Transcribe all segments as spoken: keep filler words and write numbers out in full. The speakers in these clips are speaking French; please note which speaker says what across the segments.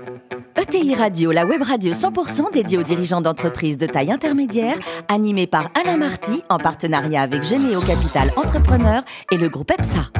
Speaker 1: E T I Radio, la web radio cent pour cent dédiée aux dirigeants d'entreprises de taille intermédiaire, animée par Alain Marty, en partenariat avec Généo Capital Entrepreneur et le groupe EPSA.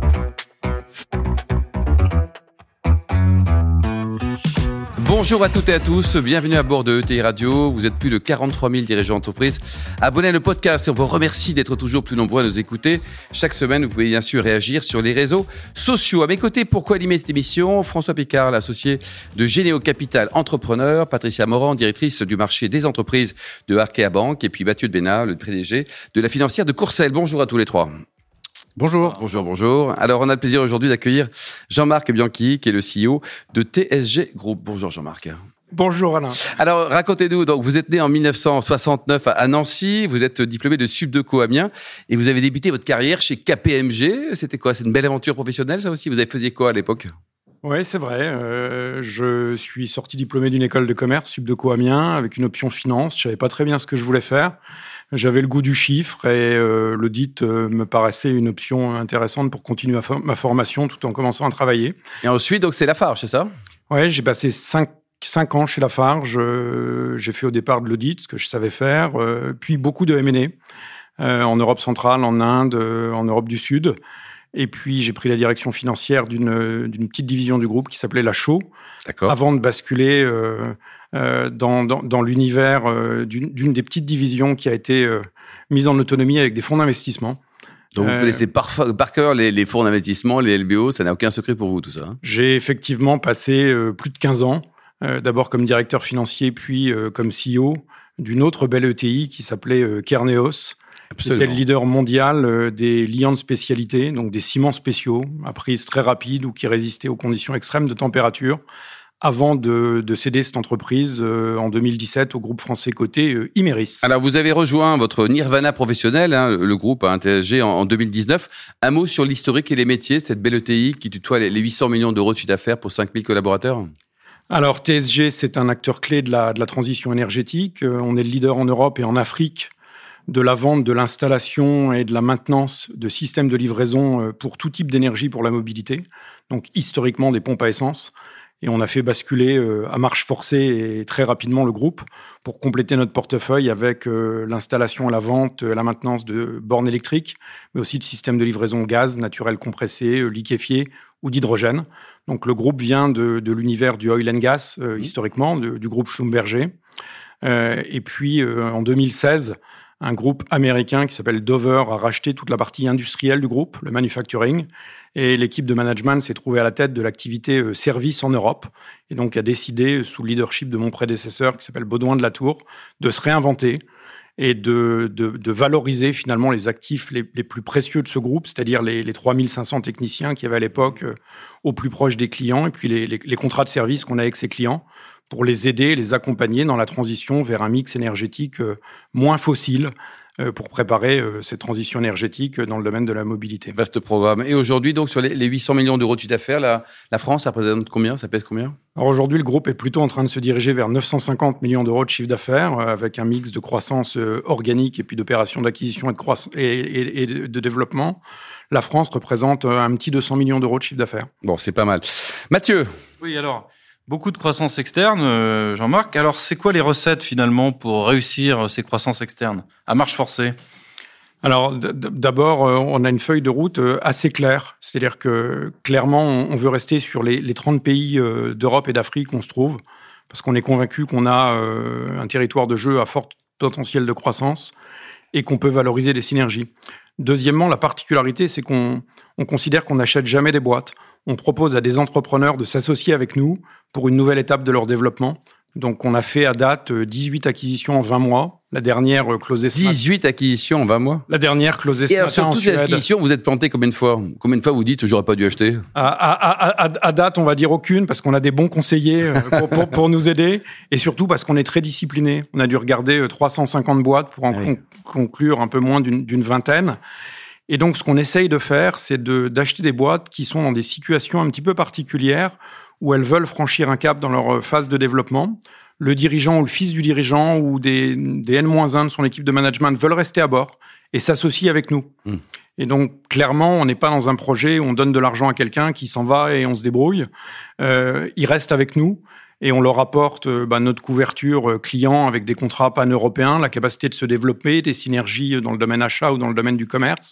Speaker 2: Bonjour à toutes et à tous, bienvenue à bord de E T I Radio. Vous êtes plus de quarante-trois mille dirigeants d'entreprise. Abonnez le podcast et on vous remercie d'être toujours plus nombreux à nous écouter. Chaque semaine, vous pouvez bien sûr réagir sur les réseaux sociaux. À mes côtés, pour co-animer cette émission, François Picard, l'associé de Généo Capital Entrepreneur, Patricia Morand, directrice du marché des entreprises de Arkea Bank, et puis Mathieu de Bénat, le P D G de la financière de Courcelles. Bonjour à tous les trois.
Speaker 3: Bonjour.
Speaker 2: Bonjour, bonjour. Alors, on a le plaisir aujourd'hui d'accueillir Jean-Marc Bianchi, qui est le C E O de T S G Group. Bonjour Jean-Marc.
Speaker 3: Bonjour Alain.
Speaker 2: Alors, racontez-nous, donc, vous êtes né en dix-neuf cent soixante-neuf à Nancy, vous êtes diplômé de Subdeco Amiens et vous avez débuté votre carrière chez K P M G. C'était quoi? C'est une belle aventure professionnelle, ça aussi? Vous avez fait quoi à l'époque?
Speaker 3: Oui, c'est vrai. Euh, je suis sorti diplômé d'une école de commerce, Subdeco Amiens, avec une option finance. Je savais pas très bien ce que je voulais faire. J'avais le goût du chiffre et euh, l'audit euh, me paraissait une option intéressante pour continuer ma, for- ma formation tout en commençant à travailler.
Speaker 2: Et ensuite, donc, c'est Lafarge, c'est ça?
Speaker 3: Oui, j'ai passé cinq, cinq ans chez Lafarge. Euh, j'ai fait au départ de l'audit, ce que je savais faire, euh, puis beaucoup de M and A euh, en Europe centrale, en Inde, euh, en Europe du Sud. Et puis, j'ai pris la direction financière d'une, d'une petite division du groupe qui s'appelait la Chaux,
Speaker 2: D'accord.
Speaker 3: avant de basculer euh, euh, dans, dans, dans l'univers euh, d'une, d'une des petites divisions qui a été euh, mise en autonomie avec des fonds d'investissement.
Speaker 2: Donc,
Speaker 3: Euh,
Speaker 2: vous connaissez par, par cœur les, les fonds d'investissement, les L B O, ça n'a aucun secret pour vous, tout ça, hein?
Speaker 3: J'ai effectivement passé euh, plus de quinze ans, euh, d'abord comme directeur financier, puis euh, comme C E O d'une autre belle E T I qui s'appelait euh, Kerneos. C'était le leader mondial euh, des liants de spécialité, donc des ciments spéciaux, à prise très rapide ou qui résistaient aux conditions extrêmes de température, avant de, de céder cette entreprise euh, en deux mille dix-sept au groupe français coté euh, Imerys.
Speaker 2: Alors, vous avez rejoint votre Nirvana professionnel, hein, le groupe hein, T S G, en, en deux mille dix-neuf. Un mot sur l'historique et les métiers de cette belle E T I qui tutoie les, les huit cents millions d'euros de chiffre d'affaires pour cinq mille collaborateurs?
Speaker 3: Alors, T S G, c'est un acteur clé de la, de la transition énergétique. Euh, on est le leader en Europe et en Afrique de la vente, de l'installation et de la maintenance de systèmes de livraison pour tout type d'énergie pour la mobilité. Donc, historiquement, des pompes à essence. Et on a fait basculer à marche forcée et très rapidement le groupe pour compléter notre portefeuille avec l'installation, la vente, la maintenance de bornes électriques, mais aussi de systèmes de livraison gaz naturel compressé, liquéfié ou d'hydrogène. Donc, le groupe vient de, de l'univers du oil and gas, euh, historiquement, de, du groupe Schlumberger. Euh, et puis, euh, en deux mille seize, un groupe américain qui s'appelle Dover a racheté toute la partie industrielle du groupe, le manufacturing, et l'équipe de management s'est trouvée à la tête de l'activité euh, service en Europe, et donc a décidé, sous le leadership de mon prédécesseur qui s'appelle Baudouin de la Tour, de se réinventer et de, de, de valoriser finalement les actifs les, les plus précieux de ce groupe, c'est-à-dire les, les trois mille cinq cents techniciens qu'il y avait à l'époque euh, au plus proche des clients, et puis les, les, les contrats de service qu'on a avec ces clients, pour les aider, les accompagner dans la transition vers un mix énergétique euh, moins fossile, euh, pour préparer euh, cette transition énergétique dans le domaine de la mobilité.
Speaker 2: Vaste programme. Et aujourd'hui, donc, sur les, les huit cents millions d'euros de chiffre d'affaires, la, la France, ça représente combien? Ça pèse combien?
Speaker 3: Alors aujourd'hui, le groupe est plutôt en train de se diriger vers neuf cent cinquante millions d'euros de chiffre d'affaires, euh, avec un mix de croissance euh, organique et puis d'opérations d'acquisition et de, croiss- et, et, et de développement. La France représente euh, un petit deux cents millions d'euros de chiffre d'affaires.
Speaker 2: Bon, c'est pas mal. Mathieu?
Speaker 4: Oui, alors, beaucoup de croissance externe, euh, Jean-Marc. Alors, c'est quoi les recettes, finalement, pour réussir ces croissances externes à marche forcée?
Speaker 3: Alors, d- d'abord, euh, on a une feuille de route euh, assez claire. C'est-à-dire que, clairement, on, on veut rester sur les, les trente pays euh, d'Europe et d'Afrique où on se trouve, parce qu'on est convaincu qu'on a euh, un territoire de jeu à fort potentiel de croissance et qu'on peut valoriser des synergies. Deuxièmement, la particularité, c'est qu'on on considère qu'on n'achète jamais des boîtes. On propose à des entrepreneurs de s'associer avec nous pour une nouvelle étape de leur développement. Donc, on a fait à date dix-huit acquisitions en vingt mois. La dernière closée ce matin.
Speaker 2: dix-huit acquisitions en vingt mois?
Speaker 3: La dernière closée ce
Speaker 2: Et alors,
Speaker 3: matin
Speaker 2: sur
Speaker 3: en
Speaker 2: toutes ces
Speaker 3: Suède.
Speaker 2: acquisitions, vous êtes planté combien de fois? Combien de fois vous dites, j'aurais pas dû acheter?
Speaker 3: À, à, à, à date, on va dire aucune, parce qu'on a des bons conseillers euh, pour, pour, pour nous aider, et surtout parce qu'on est très discipliné. On a dû regarder euh, trois cent cinquante boîtes pour en
Speaker 2: Ah oui.
Speaker 3: con- conclure un peu moins d'une, d'une vingtaine. Et donc, ce qu'on essaye de faire, c'est de, d'acheter des boîtes qui sont dans des situations un petit peu particulières, où elles veulent franchir un cap dans leur phase de développement. Le dirigeant ou le fils du dirigeant ou des, des N moins un de son équipe de management veulent rester à bord et s'associent avec nous. Mmh. Et donc, clairement, on n'est pas dans un projet où on donne de l'argent à quelqu'un qui s'en va et on se débrouille. Euh, ils restent avec nous et on leur apporte euh, bah, notre couverture client avec des contrats pan-européens, la capacité de se développer, des synergies dans le domaine achat ou dans le domaine du commerce.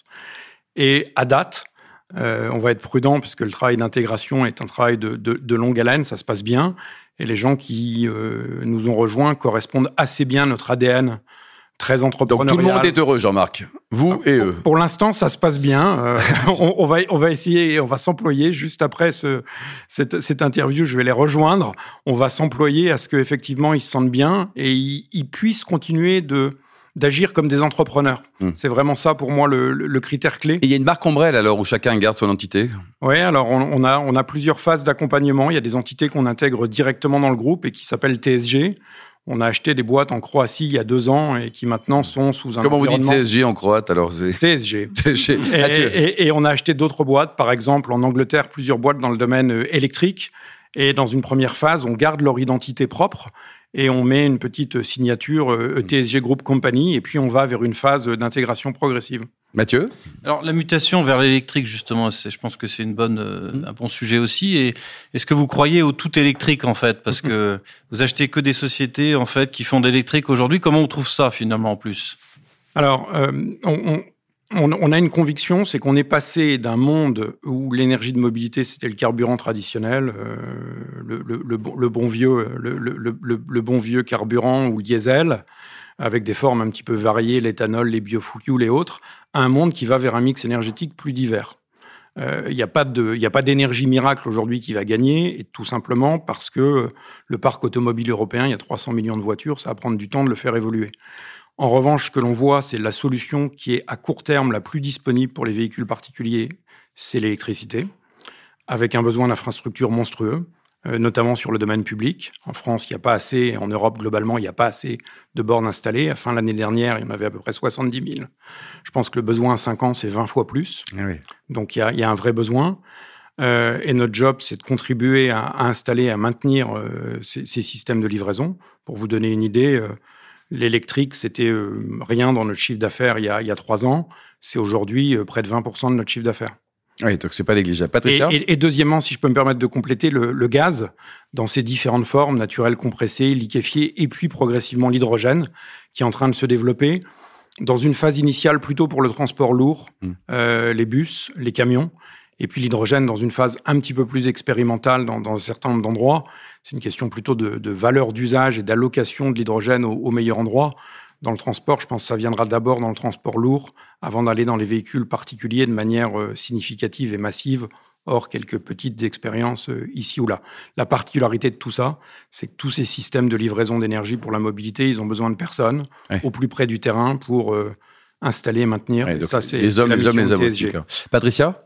Speaker 3: Et à date, euh, on va être prudent puisque le travail d'intégration est un travail de, de, de longue haleine, ça se passe bien. Et les gens qui euh, nous ont rejoints correspondent assez bien à notre A D N très entrepreneurial.
Speaker 2: Donc tout le monde est heureux, Jean-Marc. Vous et eux.
Speaker 3: Pour, pour l'instant, ça se passe bien. Euh, on, on, va, on va essayer, on va s'employer juste après ce, cette, cette interview. Je vais les rejoindre. On va s'employer à ce qu'effectivement ils se sentent bien et ils, ils puissent continuer de d'agir comme des entrepreneurs. Mmh. C'est vraiment ça pour moi le, le, le critère clé.
Speaker 2: Et il y a une marque ombrelle alors où chacun garde son entité.
Speaker 3: Oui, alors on, on a on a plusieurs phases d'accompagnement. Il y a des entités qu'on intègre directement dans le groupe et qui s'appellent T S G. On a acheté des boîtes en Croatie il y a deux ans et qui maintenant sont sous un
Speaker 2: Comment vous dites
Speaker 3: environnement...
Speaker 2: T S G en croate alors c'est...
Speaker 3: T S G.
Speaker 2: T S G.
Speaker 3: Et, et, et on a acheté d'autres boîtes, par exemple en Angleterre, plusieurs boîtes dans le domaine électrique. Et dans une première phase, on garde leur identité propre et on met une petite signature E T S G Group Company et puis on va vers une phase d'intégration progressive.
Speaker 2: Mathieu ?
Speaker 4: Alors, la mutation vers l'électrique, justement, c'est, je pense que c'est une bonne, euh, un bon sujet aussi. Et est-ce que vous croyez au tout électrique, en fait ? Parce que vous achetez que des sociétés, en fait, qui font de l'électrique aujourd'hui. Comment on trouve ça, finalement, en plus ?
Speaker 3: Alors, euh, on, on, on a une conviction, c'est qu'on est passé d'un monde où l'énergie de mobilité, c'était le carburant traditionnel, euh, le, le, le, le, bon vieux, le, le, le, le bon vieux carburant ou le diesel, avec des formes un petit peu variées, l'éthanol, les biofuels et autres, à un monde qui va vers un mix énergétique plus divers. Il euh, n'y a pas de, il n'y a pas d'énergie miracle aujourd'hui qui va gagner, et tout simplement parce que le parc automobile européen, il y a trois cents millions de voitures, ça va prendre du temps de le faire évoluer. En revanche, ce que l'on voit, c'est la solution qui est à court terme la plus disponible pour les véhicules particuliers, c'est l'électricité, avec un besoin d'infrastructures monstrueux, notamment sur le domaine public. En France, il n'y a pas assez, en Europe, globalement, il n'y a pas assez de bornes installées. À fin de l'année dernière, il y en avait à peu près soixante-dix mille. Je pense que le besoin à cinq ans, c'est vingt fois plus. Oui. Donc, il y a, il y a un vrai besoin. Euh, et notre job, c'est de contribuer à, à installer, à maintenir euh, ces, ces systèmes de livraison. Pour vous donner une idée, euh, l'électrique, c'était euh, rien dans notre chiffre d'affaires il y a, il y a trois ans. C'est aujourd'hui euh, près de vingt pour cent de notre chiffre d'affaires.
Speaker 2: Oui, donc c'est pas négligeable. Patricia ?
Speaker 3: Et, et, et deuxièmement, si je peux me permettre de compléter, le, le gaz, dans ses différentes formes, naturel, compressé, liquéfié, et puis progressivement l'hydrogène, qui est en train de se développer, dans une phase initiale plutôt pour le transport lourd, mmh. euh, les bus, les camions, et puis l'hydrogène dans une phase un petit peu plus expérimentale dans, dans un certain nombre d'endroits. C'est une question plutôt de, de valeur d'usage et d'allocation de l'hydrogène au, au meilleur endroit. Dans le transport, je pense que ça viendra d'abord dans le transport lourd, avant d'aller dans les véhicules particuliers de manière euh, significative et massive, hors quelques petites expériences euh, ici ou là. La particularité de tout ça, c'est que tous ces systèmes de livraison d'énergie pour la mobilité, ils ont besoin de personnes ouais. au plus près du terrain pour euh, installer et maintenir.
Speaker 2: Ouais,
Speaker 3: et ça, c'est
Speaker 2: les hommes,
Speaker 3: la
Speaker 2: les hommes, les hommes
Speaker 3: T S
Speaker 2: aussi.
Speaker 3: G.
Speaker 2: Patricia ?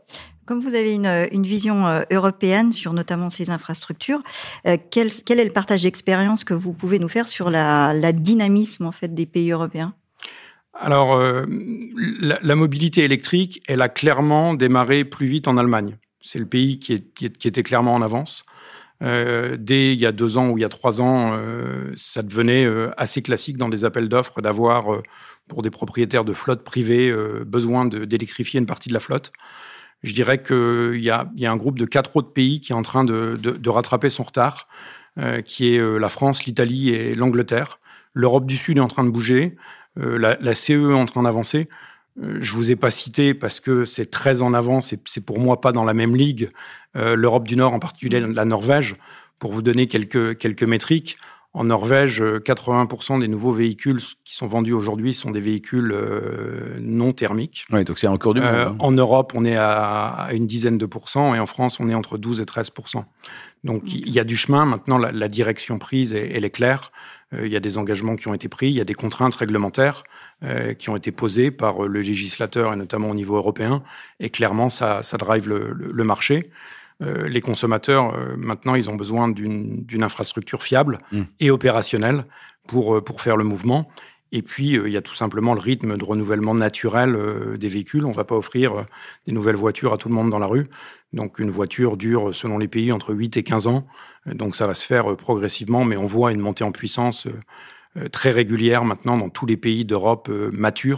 Speaker 5: Comme vous avez une, une vision euh, européenne sur notamment ces infrastructures, euh, quel, quel est le partage d'expérience que vous pouvez nous faire sur la, la dynamisme en fait des pays européens ?
Speaker 3: Alors, euh, la, la mobilité électrique, elle a clairement démarré plus vite en Allemagne. C'est le pays qui, est, qui, est, qui était clairement en avance. Euh, dès il y a deux ans ou il y a trois ans, euh, ça devenait euh, assez classique dans des appels d'offres d'avoir, euh, pour des propriétaires de flottes privées, euh, besoin de, d'électrifier une partie de la flotte. Je dirais qu'il y a, il y a un groupe de quatre autres pays qui est en train de, de, de rattraper son retard, euh, qui est euh, la France, l'Italie et l'Angleterre. L'Europe du Sud est en train de bouger. Euh, la, la C E est en train d'avancer. Euh, je vous ai pas cité parce que c'est très en avance et c'est pour moi pas dans la même ligue. Euh, L'Europe du Nord, en particulier la Norvège, pour vous donner quelques, quelques métriques. En Norvège, quatre-vingts pour cent des nouveaux véhicules qui sont vendus aujourd'hui sont des véhicules euh, non thermiques.
Speaker 2: Oui, donc c'est encore du monde.
Speaker 3: Euh,
Speaker 2: hein.
Speaker 3: En Europe, on est à, à une dizaine de pourcents et en France, on est entre douze et treize pour cent. Donc, il y a du chemin. Maintenant, la, la direction prise, elle, elle est claire. Euh, il y a des engagements qui ont été pris. Il y a des contraintes réglementaires euh, qui ont été posées par le législateur et notamment au niveau européen. Et clairement, ça, ça drive le, le, le marché. Euh, les consommateurs, euh, maintenant, ils ont besoin d'une, d'une infrastructure fiable mmh. et opérationnelle pour, pour faire le mouvement. Et puis, euh, il y a tout simplement le rythme de renouvellement naturel euh, des véhicules. On ne va pas offrir euh, des nouvelles voitures à tout le monde dans la rue. Donc, une voiture dure, selon les pays, entre huit et quinze ans. Donc, ça va se faire euh, progressivement, mais on voit une montée en puissance euh, très régulière maintenant dans tous les pays d'Europe euh, matures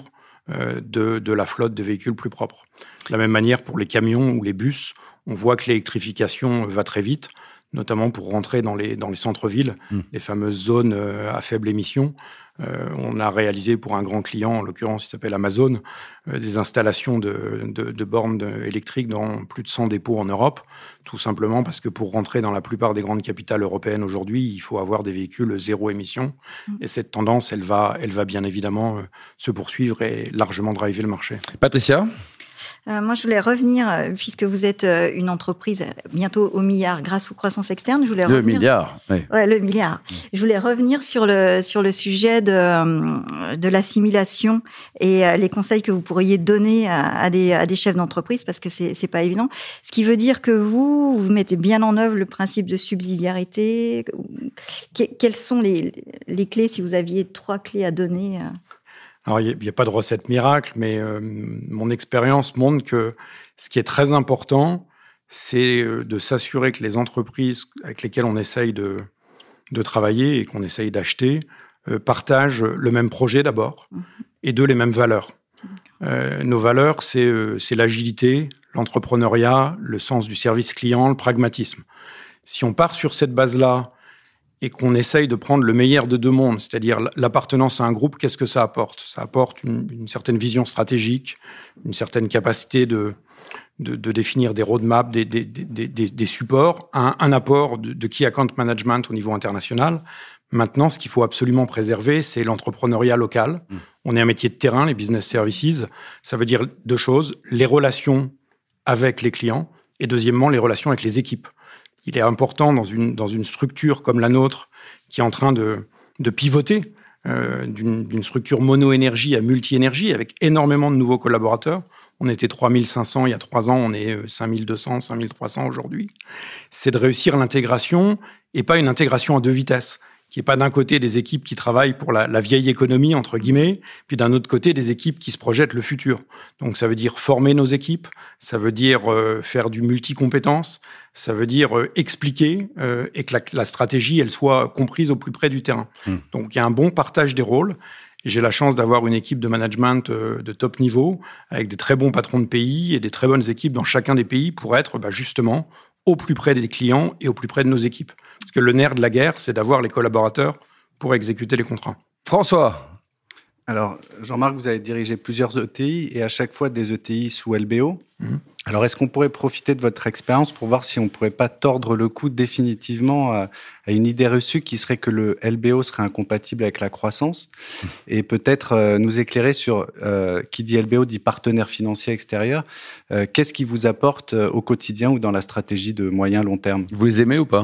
Speaker 3: euh, de, de la flotte de véhicules plus propres. De la même manière, pour les camions ou les bus, on voit que l'électrification va très vite, notamment pour rentrer dans les, dans les centres-villes, mmh. les fameuses zones à faible émission. Euh, on a réalisé pour un grand client, en l'occurrence, il s'appelle Amazon, euh, des installations de, de, de bornes de, électriques dans plus de cent dépôts en Europe, tout simplement parce que pour rentrer dans la plupart des grandes capitales européennes aujourd'hui, il faut avoir des véhicules zéro émission. Mmh. Et cette tendance, elle va, elle va bien évidemment euh, se poursuivre et largement driver le marché.
Speaker 2: Patricia ?
Speaker 5: Euh, moi, je voulais revenir, euh, puisque vous êtes euh, une entreprise bientôt au milliard grâce aux croissances externes. Je voulais
Speaker 2: le
Speaker 5: revenir...
Speaker 2: milliard, oui.
Speaker 5: Ouais, le milliard. Je voulais revenir sur le, sur le sujet de, de l'assimilation et euh, les conseils que vous pourriez donner à, à, des, à des chefs d'entreprise, parce que c'est, c'est pas évident. Ce qui veut dire que vous, vous mettez bien en œuvre le principe de subsidiarité. Que, quelles sont les, les clés, si vous aviez trois clés à donner euh...
Speaker 3: Alors, il n'y a, a pas de recette miracle, mais euh, mon expérience montre que ce qui est très important, c'est de s'assurer que les entreprises avec lesquelles on essaye de, de travailler et qu'on essaye d'acheter euh, partagent le même projet d'abord, mmh. et deux, les mêmes valeurs. Euh, nos valeurs, c'est, euh, c'est l'agilité, l'entrepreneuriat, le sens du service client, le pragmatisme. Si on part sur cette base-là, et qu'on essaye de prendre le meilleur de deux mondes, c'est-à-dire l'appartenance à un groupe, qu'est-ce que ça apporte ? Ça apporte une, une certaine vision stratégique, une certaine capacité de, de, de définir des roadmaps, des, des, des, des, des supports, un, un apport de, de key account management au niveau international. Maintenant, ce qu'il faut absolument préserver, c'est l'entrepreneuriat local. Mmh. On est un métier de terrain, les business services. Ça veut dire deux choses, les relations avec les clients et deuxièmement, les relations avec les équipes. Il est important dans une, dans une structure comme la nôtre, qui est en train de, de pivoter euh, d'une, d'une structure mono-énergie à multi-énergie, avec énormément de nouveaux collaborateurs. On était trois mille cinq cents il y a trois ans, on est cinq mille deux cents, cinq mille trois cents aujourd'hui. C'est de réussir l'intégration et pas une intégration à deux vitesses, qui n'est pas d'un côté des équipes qui travaillent pour la, la vieille économie, entre guillemets, puis d'un autre côté des équipes qui se projettent le futur. Donc ça veut dire former nos équipes, ça veut dire euh, faire du multi-compétences, ça veut dire euh, expliquer euh, et que la, la stratégie, elle soit comprise au plus près du terrain. Mmh. Donc il y a un bon partage des rôles. Et j'ai la chance d'avoir une équipe de management euh, de top niveau, avec des très bons patrons de pays et des très bonnes équipes dans chacun des pays pour être bah, justement au plus près des clients et au plus près de nos équipes. Parce que le nerf de la guerre, c'est d'avoir les collaborateurs pour exécuter les contrats.
Speaker 2: François.
Speaker 6: Alors, Jean-Marc, vous avez dirigé plusieurs E T I et à chaque fois des E T I sous L B O. Mmh. Alors, est-ce qu'on pourrait profiter de votre expérience pour voir si on ne pourrait pas tordre le cou définitivement à, à une idée reçue qui serait que le L B O serait incompatible avec la croissance mmh. et peut-être euh, nous éclairer sur, euh, qui dit L B O dit partenaire financier extérieur, euh, qu'est-ce qui vous apporte euh, au quotidien ou dans la stratégie de moyen-long terme ?
Speaker 2: Vous les aimez ou pas ?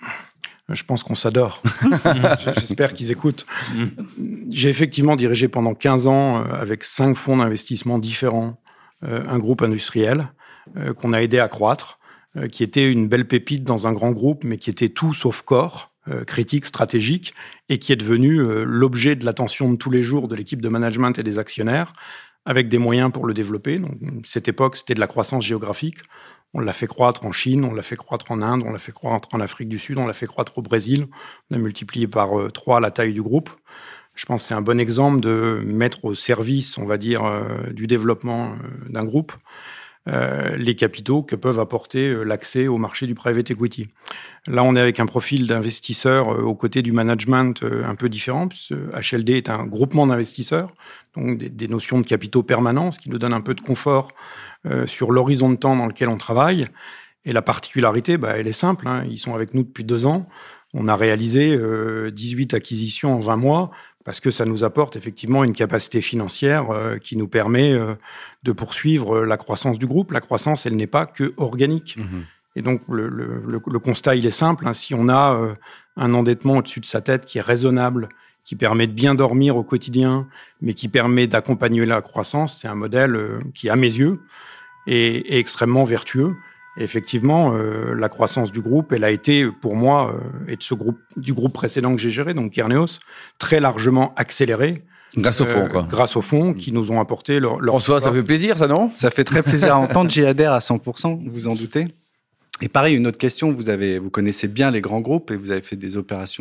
Speaker 3: Je pense qu'on s'adore. J'espère qu'ils écoutent. J'ai effectivement dirigé pendant quinze ans, euh, avec cinq fonds d'investissement différents, euh, un groupe industriel euh, qu'on a aidé à croître, euh, qui était une belle pépite dans un grand groupe, mais qui était tout sauf corps, euh, critique, stratégique, et qui est devenu euh, l'objet de l'attention de tous les jours de l'équipe de management et des actionnaires, avec des moyens pour le développer. Donc, cette époque, c'était de la croissance géographique. On l'a fait croître en Chine, on l'a fait croître en Inde, on l'a fait croître en Afrique du Sud, on l'a fait croître au Brésil. On a multiplié par euh, trois la taille du groupe. Je pense que c'est un bon exemple de mettre au service, on va dire, euh, du développement euh, d'un groupe euh, les capitaux que peuvent apporter euh, l'accès au marché du private equity. Là, on est avec un profil d'investisseurs euh, aux côtés du management euh, un peu différent, puisque H L D est un groupement d'investisseurs, donc des, des notions de capitaux permanents, ce qui nous donne un peu de confort euh, sur l'horizon de temps dans lequel on travaille. Et la particularité, bah, elle est simple, hein, ils sont avec nous depuis deux ans. On a réalisé euh, dix-huit acquisitions en vingt mois, parce que ça nous apporte effectivement une capacité financière euh, qui nous permet euh, de poursuivre la croissance du groupe. La croissance, elle n'est pas que organique. Mmh. Et donc, le, le, le, le constat, il est simple. Hein. Si on a euh, un endettement au-dessus de sa tête qui est raisonnable, qui permet de bien dormir au quotidien, mais qui permet d'accompagner la croissance, c'est un modèle euh, qui, à mes yeux, est, est extrêmement vertueux. Et effectivement, euh, la croissance du groupe, elle a été, pour moi, euh, et de ce groupe, du groupe précédent que j'ai géré, donc Kerneos, très largement accélérée.
Speaker 2: Grâce au fond, quoi.
Speaker 3: Euh, grâce au fond, qui nous ont apporté leur... leur
Speaker 2: François, ça fait plaisir, ça, non ?
Speaker 6: Ça fait très plaisir à entendre. J'y adhère à cent pour cent, vous en doutez. Et pareil, une autre question, vous avez, vous connaissez bien les grands groupes et vous avez fait des opérations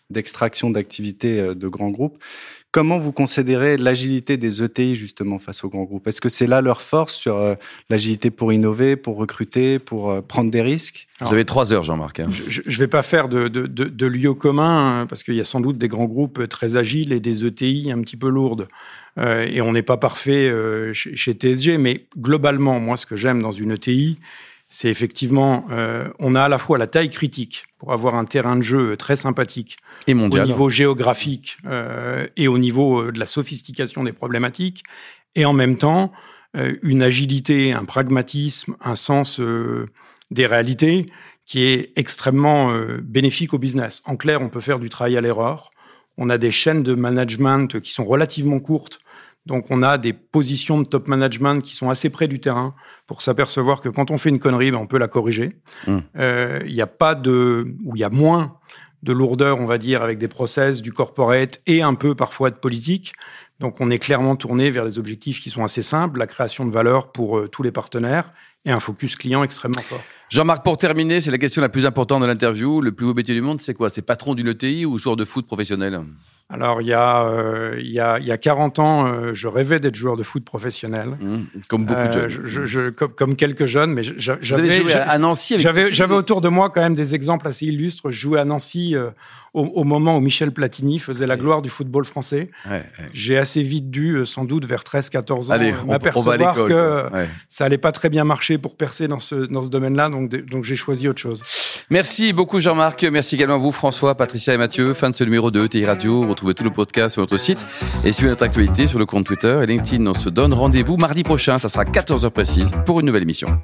Speaker 6: d'extraction d'activités de grands groupes. Comment vous considérez l'agilité des E T I justement face aux grands groupes ? Est-ce que c'est là leur force sur euh, l'agilité pour innover, pour recruter, pour euh, prendre des risques ?
Speaker 2: Vous avez trois heures, Jean-Marc. Hein.
Speaker 3: Je ne vais pas faire de, de, de, de lieu commun, hein, parce qu'il y a sans doute des grands groupes très agiles et des E T I un petit peu lourdes. Euh, et on n'est pas parfait euh, chez, chez T S G, mais globalement, moi, ce que j'aime dans une E T I, c'est effectivement, euh, on a à la fois la taille critique pour avoir un terrain de jeu très sympathique
Speaker 2: et mondial,
Speaker 3: au niveau géographique euh, et au niveau de la sophistication des problématiques, et en même temps, euh, une agilité, un pragmatisme, un sens euh, des réalités qui est extrêmement euh, bénéfique au business. En clair, on peut faire du travail à l'erreur. On a des chaînes de management qui sont relativement courtes. Donc, on a des positions de top management qui sont assez près du terrain pour s'apercevoir que quand on fait une connerie, ben, on peut la corriger. Il mmh. euh, y a pas de, ou il y a moins de lourdeur, on va dire, avec des process, du corporate et un peu parfois de politique. Donc, on est clairement tourné vers les objectifs qui sont assez simples, la création de valeur pour euh, tous les partenaires et un focus client extrêmement fort.
Speaker 2: Jean-Marc, pour terminer, c'est la question la plus importante de l'interview. Le plus beau métier du monde, c'est quoi ? C'est patron d'une E T I ou joueur de foot professionnel ?
Speaker 3: Alors, il y a, euh, il y a, il y a quarante ans, euh, je rêvais d'être joueur de foot professionnel.
Speaker 2: Mmh, comme beaucoup de jeunes.
Speaker 3: Euh, je, je, comme, comme quelques jeunes, mais j'avais,
Speaker 2: Vous avez joué à Nancy avec
Speaker 3: j'avais, j'avais autour de moi quand même des exemples assez illustres. Je jouais à Nancy euh, au, au moment où Michel Platini faisait la gloire du football français. Ouais, ouais. J'ai assez vite dû, euh, sans doute vers treize quatorze ans,
Speaker 2: Allez,
Speaker 3: euh,
Speaker 2: on,
Speaker 3: m'apercevoir
Speaker 2: on
Speaker 3: que
Speaker 2: ouais.
Speaker 3: ça allait pas très bien marcher pour percer dans ce, dans ce domaine-là. Donc, de, donc j'ai choisi autre chose.
Speaker 2: Merci beaucoup Jean-Marc. Merci également à vous François, Patricia et Mathieu. Fin de ce numéro de E T I Radio. Retrouvez tous nos podcasts sur notre site et suivez notre actualité sur le compte Twitter et LinkedIn. On se donne rendez-vous mardi prochain. Ça sera quatorze heures précises pour une nouvelle émission.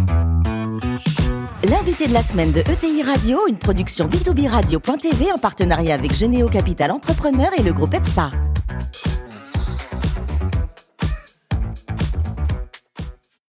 Speaker 1: L'invité de la semaine de E T I Radio, une production B deux B radio point T V en partenariat avec Généo Capital Entrepreneur et le groupe EPSA.